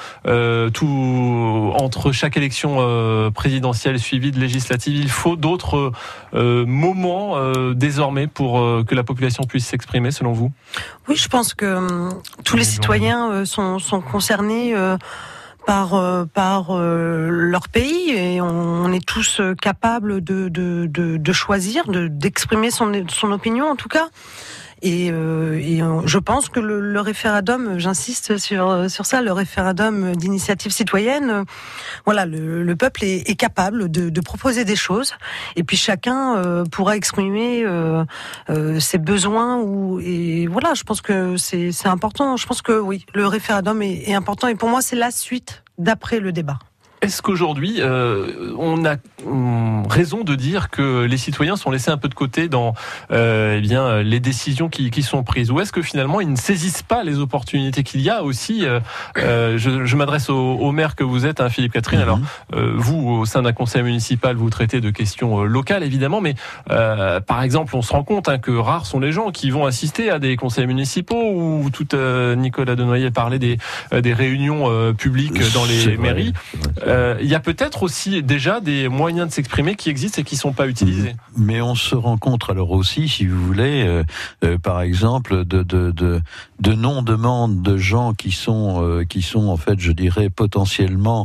chaque élection présidentielle suivie de législative. Il faut d'autres moments désormais pour que la population puisse s'exprimer, selon vous? Oui, je pense que tous les citoyens sont concernés par leur pays, et on est tous capables de choisir, d'exprimer son opinion en tout cas. Et je pense que le référendum, j'insiste sur ça, le référendum d'initiative citoyenne, voilà, le peuple est capable de proposer des choses, et puis chacun pourra exprimer ses besoins et voilà, je pense que c'est important. Je pense que oui, le référendum est important, et pour moi c'est la suite d'après le débat. Est-ce qu'aujourd'hui, on a raison de dire que les citoyens sont laissés un peu de côté dans les décisions qui sont prises, ou est-ce que finalement ils ne saisissent pas les opportunités qu'il y a aussi je m'adresse au maire que vous êtes, hein, Philippe Catherine. Alors vous, au sein d'un conseil municipal, vous traitez de questions locales évidemment, mais par exemple, on se rend compte que rares sont les gens qui vont assister à des conseils municipaux où Nicolas Denoyer parlait des réunions publiques dans les mairies. Il y a peut-être aussi déjà des moyens de s'exprimer qui existent et qui ne sont pas utilisés. Mais on se rencontre alors aussi, si vous voulez, par exemple, de non-demandes de gens qui sont en fait, je dirais, potentiellement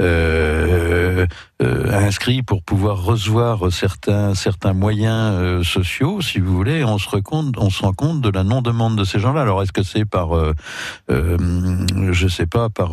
inscrits pour pouvoir recevoir certains moyens sociaux, si vous voulez. On se rend compte de la non-demande de ces gens-là. Alors est-ce que c'est par je sais pas, par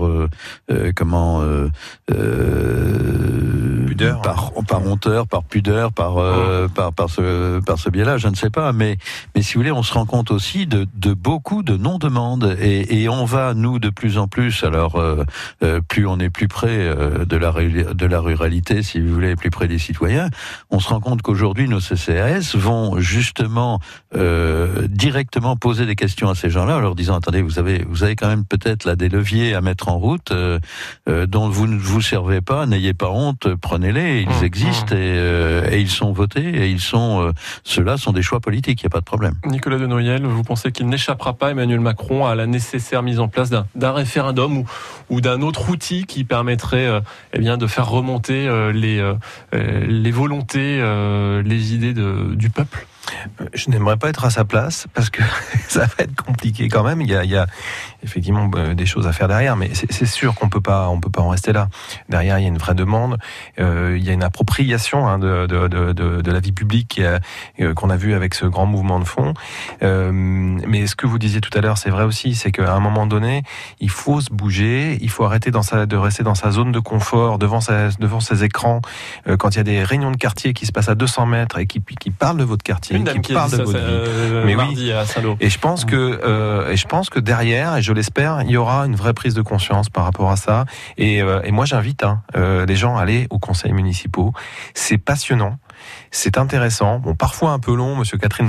pudeur, par honteur, par pudeur, par ce biais-là, je ne sais pas, mais si vous voulez, on se rend compte aussi de beaucoup de non-demandes et on va, nous, de plus en plus, alors plus on est plus près de la ruralité, si vous voulez, plus près des citoyens, on se rend compte qu'aujourd'hui nos CCAS vont justement directement poser des questions à ces gens-là en leur disant: attendez, vous avez quand même peut-être là des leviers à mettre en route dont vous ne vous servez pas, n'ayez pas honte, prenez-les, ils existent et ils sont votés et ceux-là sont des choix politiques, il n'y a pas de problème. Nicolas Denoyer, vous pensez qu'il n'échappera pas, Emmanuel Macron, à la nécessaire mise en place d'un référendum ou d'un autre outil qui permettrait de faire remonter les volontés, les idées du peuple? Je n'aimerais pas être à sa place parce que ça va être compliqué quand même. Il y a effectivement des choses à faire derrière, mais c'est sûr qu'on peut pas en rester là. Derrière, il y a une vraie demande. Il y a une appropriation de la vie publique qu'on a vu avec ce grand mouvement de fond. Mais ce que vous disiez tout à l'heure, c'est vrai aussi, c'est qu'à un moment donné, il faut se bouger. Il faut arrêter de rester dans sa zone de confort, devant ses écrans. Quand il y a des réunions de quartier qui se passent à 200 mètres et qui parlent de votre quartier, qui parle de votre vie. Mais mardi à Saint-Lô. Et je pense que derrière, et je l'espère, il y aura une vraie prise de conscience par rapport à ça. Et moi, j'invite les gens à aller aux conseils municipaux. C'est passionnant. C'est intéressant, bon, parfois un peu long, Monsieur Catherine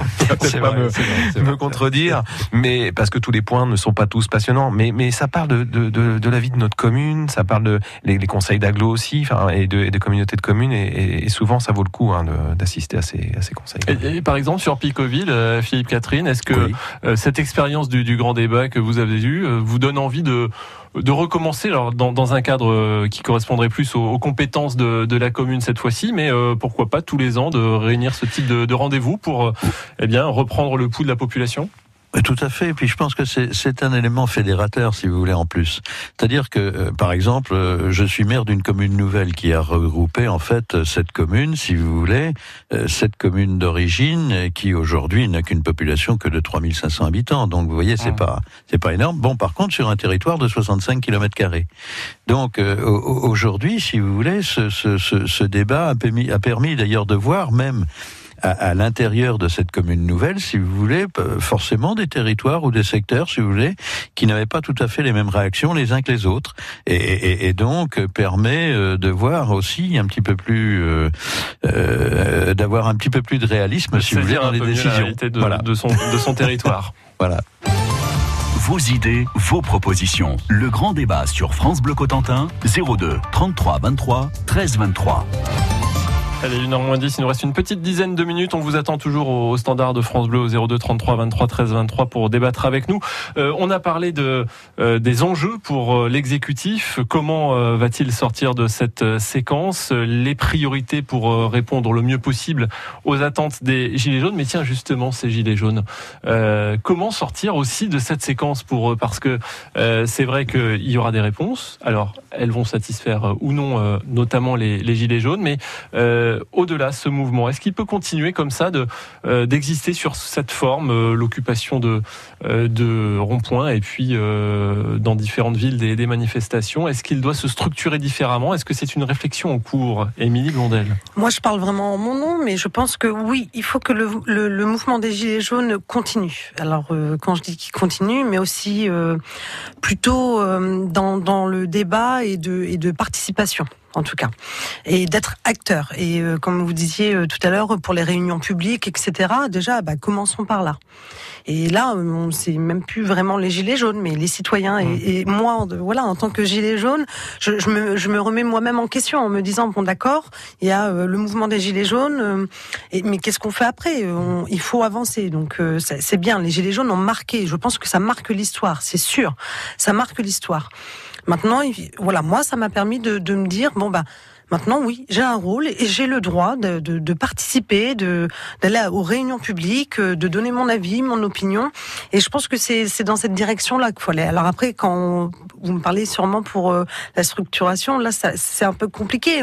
me contredire, mais parce que tous les points ne sont pas tous passionnants, mais ça parle de la vie de notre commune, ça parle les conseils d'agglo aussi, et des communautés de communes, et souvent ça vaut le coup d'assister à ces conseils. Et par exemple sur Picoville, Philippe Catherine, est-ce que cette expérience du grand débat que vous avez eu vous donne envie de recommencer, alors dans un cadre qui correspondrait plus aux compétences de la commune cette fois-ci, mais pourquoi pas tous les ans de réunir ce type de rendez-vous pour reprendre le pouls de la population? Tout à fait. Et puis je pense que c'est un élément fédérateur, si vous voulez, en plus. C'est-à-dire que, par exemple, je suis maire d'une commune nouvelle qui a regroupé en fait cette commune, si vous voulez, cette commune d'origine qui aujourd'hui n'a qu'une population que de 3500 habitants. Donc vous voyez, c'est pas énorme. Bon, par contre, sur un territoire de 65 km². Donc aujourd'hui, si vous voulez, ce débat a permis d'ailleurs de voir même à l'intérieur de cette commune nouvelle, si vous voulez, forcément des territoires ou des secteurs, si vous voulez, qui n'avaient pas tout à fait les mêmes réactions les uns que les autres, et donc permet de voir aussi un petit peu plus, d'avoir un petit peu plus de réalisme, si vous voulez, dans les décisions. De son territoire. Voilà. Vos idées, vos propositions. Le grand débat sur France Bleu Cotentin, 02 33 23 13 23. Allez, 1h-10, il nous reste une petite dizaine de minutes. On vous attend toujours au standard de France Bleu au 02 33 23 13 23 pour débattre avec nous. On a parlé des enjeux pour l'exécutif. Comment va-t-il sortir de cette séquence? Les priorités pour répondre le mieux possible aux attentes des Gilets jaunes. Mais tiens, justement, ces Gilets jaunes, comment sortir aussi de cette séquence pour eux? Parce que c'est vrai qu'il y aura des réponses. Alors, elles vont satisfaire ou non, notamment les Gilets jaunes. Mais au-delà ce mouvement? Est-ce qu'il peut continuer comme ça d'exister sur cette forme, l'occupation de ronds-points et puis dans différentes villes des manifestations? Est-ce qu'il doit se structurer différemment? Est-ce que c'est une réflexion en cours, Émilie Blondel? Moi, je parle vraiment en mon nom, mais je pense que oui, il faut que le mouvement des Gilets jaunes continue. Alors, quand je dis qu'il continue, mais aussi plutôt dans le débat et de participation. En tout cas, et d'être acteur. Et comme vous disiez tout à l'heure, pour les réunions publiques, etc., déjà, commençons par là. Et là, c'est même plus vraiment les gilets jaunes, mais les citoyens. Et moi, en tant que gilet jaune, je me remets moi-même en question en me disant, bon d'accord, il y a le mouvement des gilets jaunes, mais qu'est-ce qu'on fait après? Il faut avancer. Donc c'est bien, les gilets jaunes ont marqué. Je pense que ça marque l'histoire, c'est sûr. Ça marque l'histoire. Maintenant, moi, ça m'a permis de me dire, maintenant, oui, j'ai un rôle et j'ai le droit de participer, d'aller aux réunions publiques, de donner mon avis, mon opinion. Et je pense que c'est dans cette direction-là qu'il faut aller. Alors après, quand vous me parlez sûrement pour la structuration, là, c'est un peu compliqué.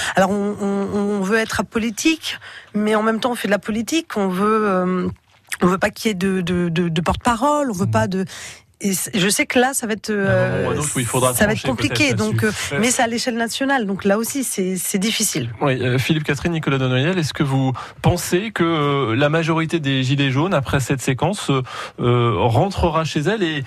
On veut être apolitique, mais en même temps, on fait de la politique. On veut pas qu'il y ait de porte-parole. On veut pas de... Et je sais que là, ça va être, ça va être compliqué. Donc, mais c'est à l'échelle nationale. Donc là aussi, c'est difficile. Oui, Philippe Catherine, Nicolas de Noyel, est-ce que vous pensez que la majorité des Gilets jaunes, après cette séquence, rentrera chez elle et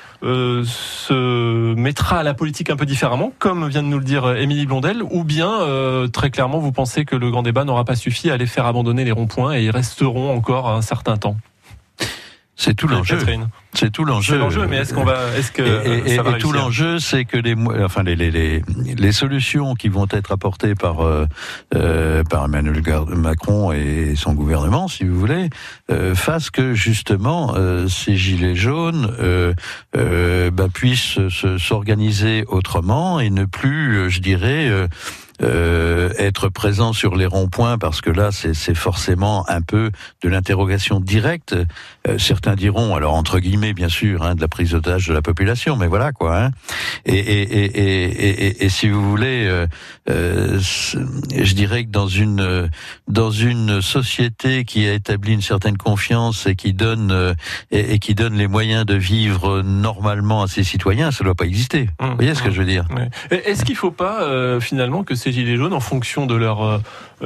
se mettra à la politique un peu différemment, comme vient de nous le dire Émilie Blondel, ou bien très clairement, vous pensez que le grand débat n'aura pas suffi à les faire abandonner les ronds-points et ils resteront encore un certain temps? C'est tout l'enjeu. C'est tout l'enjeu. C'est l'enjeu, mais est-ce que ça va réussir? Tout l'enjeu, c'est que les solutions qui vont être apportées par Emmanuel Macron et son gouvernement, si vous voulez, fassent que justement ces gilets jaunes puissent s'organiser autrement et ne plus, je dirais, être présent sur les ronds-points, parce que là c'est forcément un peu de l'interrogation directe. Certains diront, alors entre guillemets bien sûr, de la prise d'otage de la population, mais voilà quoi. Et si vous voulez, je dirais que dans une société qui a établi une certaine confiance et qui donne les moyens de vivre normalement à ses citoyens, ça ne doit pas exister. Vous voyez ce que je veux dire? Oui. Est-ce qu'il ne faut pas finalement que ces gilets jaunes, en fonction de leur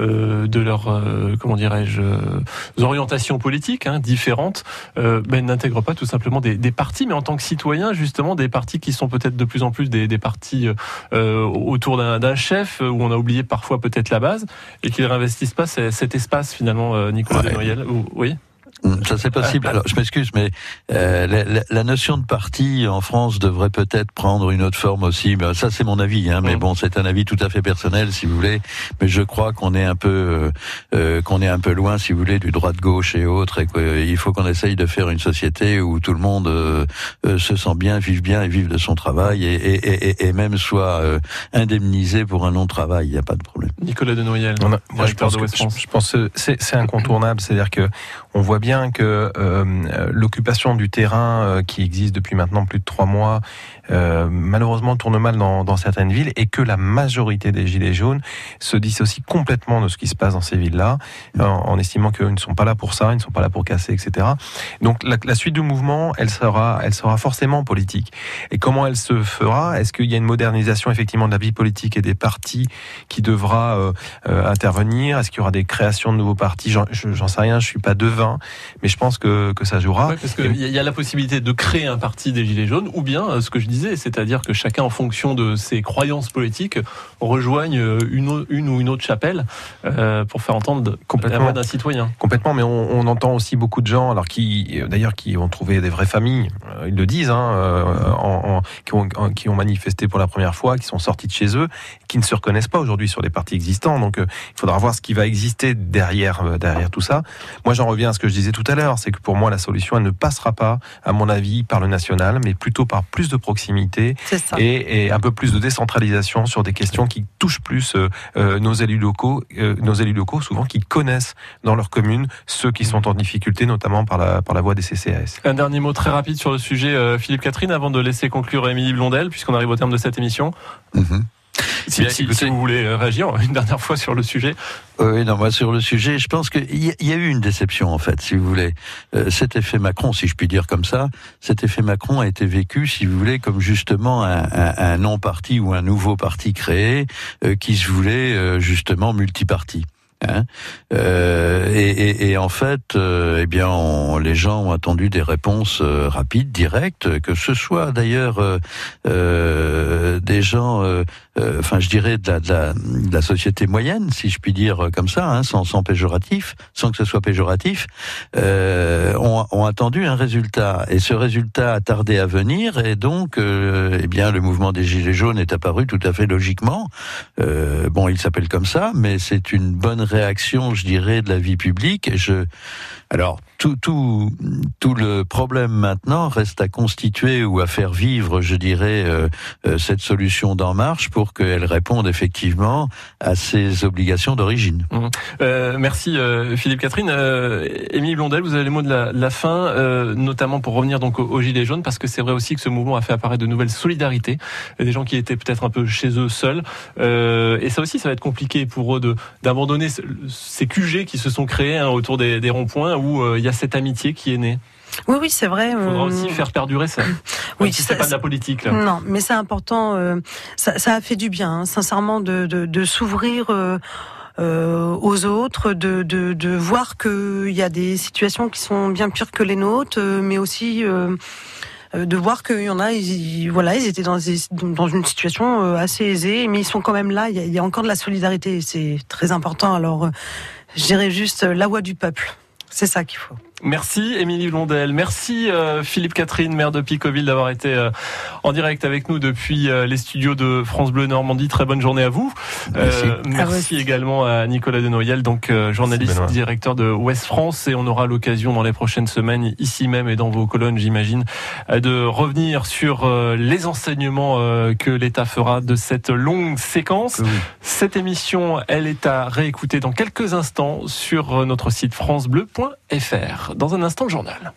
comment dirais-je, orientations politiques différentes, n'intègrent pas tout simplement des partis, mais en tant que citoyens, justement, des partis qui sont peut-être de plus en plus des partis autour d'un chef, où on a oublié parfois peut-être la base, et qu'ils réinvestissent pas cet espace finalement, Nicolas de Noyel. Oui. Ça c'est possible. Alors je m'excuse, mais la notion de parti en France devrait peut-être prendre une autre forme aussi. Ben, ça c'est mon avis, mais bon, c'est un avis tout à fait personnel, si vous voulez. Mais je crois qu'on est un peu loin, si vous voulez, du droit de gauche et autres, et qu'il faut qu'on essaye de faire une société où tout le monde se sent bien, vive de son travail et même soit indemnisé pour un non-travail. Il n'y a pas de problème. Nicolas de Noyel, je pense que c'est incontournable, c'est-à-dire que on voit bien que l'occupation du terrain qui existe depuis maintenant plus de 3 mois, malheureusement tourne mal dans certaines villes, et que la majorité des gilets jaunes se dissocient complètement de ce qui se passe dans ces villes-là, en estimant qu'ils ne sont pas là pour ça, ils ne sont pas là pour casser, etc. Donc la suite du mouvement, elle sera forcément politique. Et comment elle se fera? Est-ce qu'il y a une modernisation effectivement de la vie politique et des partis qui devra intervenir? Est-ce qu'il y aura des créations de nouveaux partis? J'en sais rien, je suis pas devin, mais je pense que ça jouera. Ouais, parce qu'il y a la possibilité de créer un parti des Gilets jaunes, ou bien ce que je disais, c'est-à-dire que chacun, en fonction de ses croyances politiques, rejoigne une ou une autre chapelle pour faire entendre la voix d'un citoyen. Complètement, mais on entend aussi beaucoup de gens, alors qui ont trouvé des vraies familles, ils le disent, qui ont manifesté pour la première fois, qui sont sortis de chez eux, qui ne se reconnaissent pas aujourd'hui sur les partis existants. Donc il faudra voir ce qui va exister derrière tout ça. Moi, j'en reviens à ce que je disais tout à l'heure, c'est que pour moi, la solution, elle ne passera pas, à mon avis, par le national, mais plutôt par plus de proximité et un peu plus de décentralisation sur des questions qui touchent plus nos élus locaux, souvent qui connaissent dans leur commune ceux qui sont en difficulté, notamment par la voie des CCAS. Un dernier mot très rapide sur le sujet, Philippe Catherine, avant de laisser conclure Émilie Blondel, puisqu'on arrive au terme de cette émission. Si vous voulez réagir une dernière fois sur le sujet. Oui, non, moi sur le sujet, je pense qu'il y a eu une déception en fait, si vous voulez. Cet effet Macron, si je puis dire comme ça, cet effet Macron a été vécu, si vous voulez, comme justement un non-parti ou un nouveau parti créé qui se voulait justement multiparti. Hein, et en fait, eh bien, les gens ont attendu des réponses rapides, directes, que ce soit d'ailleurs des gens, enfin, je dirais de la société moyenne, si je puis dire comme ça, hein, sans péjoratif, sans que ce soit péjoratif, ont attendu un résultat. Et ce résultat a tardé à venir, et donc, eh bien, le mouvement des Gilets jaunes est apparu tout à fait logiquement. Bon, il s'appelle comme ça, mais c'est une bonne réaction, je dirais, de la vie publique. Alors, tout le problème maintenant reste à constituer ou à faire vivre, je dirais, cette solution d'En Marche pour qu'elle réponde effectivement à ses obligations d'origine. Merci Philippe Catherine. Émilie Blondel, vous avez les mots de la fin, notamment pour revenir donc aux Gilets jaunes, parce que c'est vrai aussi que ce mouvement a fait apparaître de nouvelles solidarités, des gens qui étaient peut-être un peu chez eux seuls, et ça aussi, ça va être compliqué pour eux d'abandonner ces QG qui se sont créés autour des ronds-points où il y a cette amitié qui est née. Oui, c'est vrai. Il faudra aussi faire perdurer ça. Oui, si c'est pas de la politique. Là. Non, mais c'est important. Ça a fait du bien, hein, sincèrement, de s'ouvrir aux autres, de voir qu'il y a des situations qui sont bien pires que les nôtres, mais aussi de voir qu'il y en a, ils étaient dans une situation assez aisée, mais ils sont quand même là. Il y a encore de la solidarité, c'est très important. Alors, je dirais juste la voix du peuple. C'est ça qu'il faut. Merci Émilie Blondel, merci Philippe Catherine, maire de Picoville, d'avoir été en direct avec nous depuis les studios de France Bleu Normandie. Très bonne journée à vous. Merci également à Nicolas Denoyel, donc journaliste, directeur de Ouest France, et on aura l'occasion dans les prochaines semaines, ici même et dans vos colonnes, j'imagine, de revenir sur les enseignements que l'État fera de cette longue séquence. Oui. Cette émission, elle est à réécouter dans quelques instants sur notre site francebleu.fr. Dans un instant, le journal.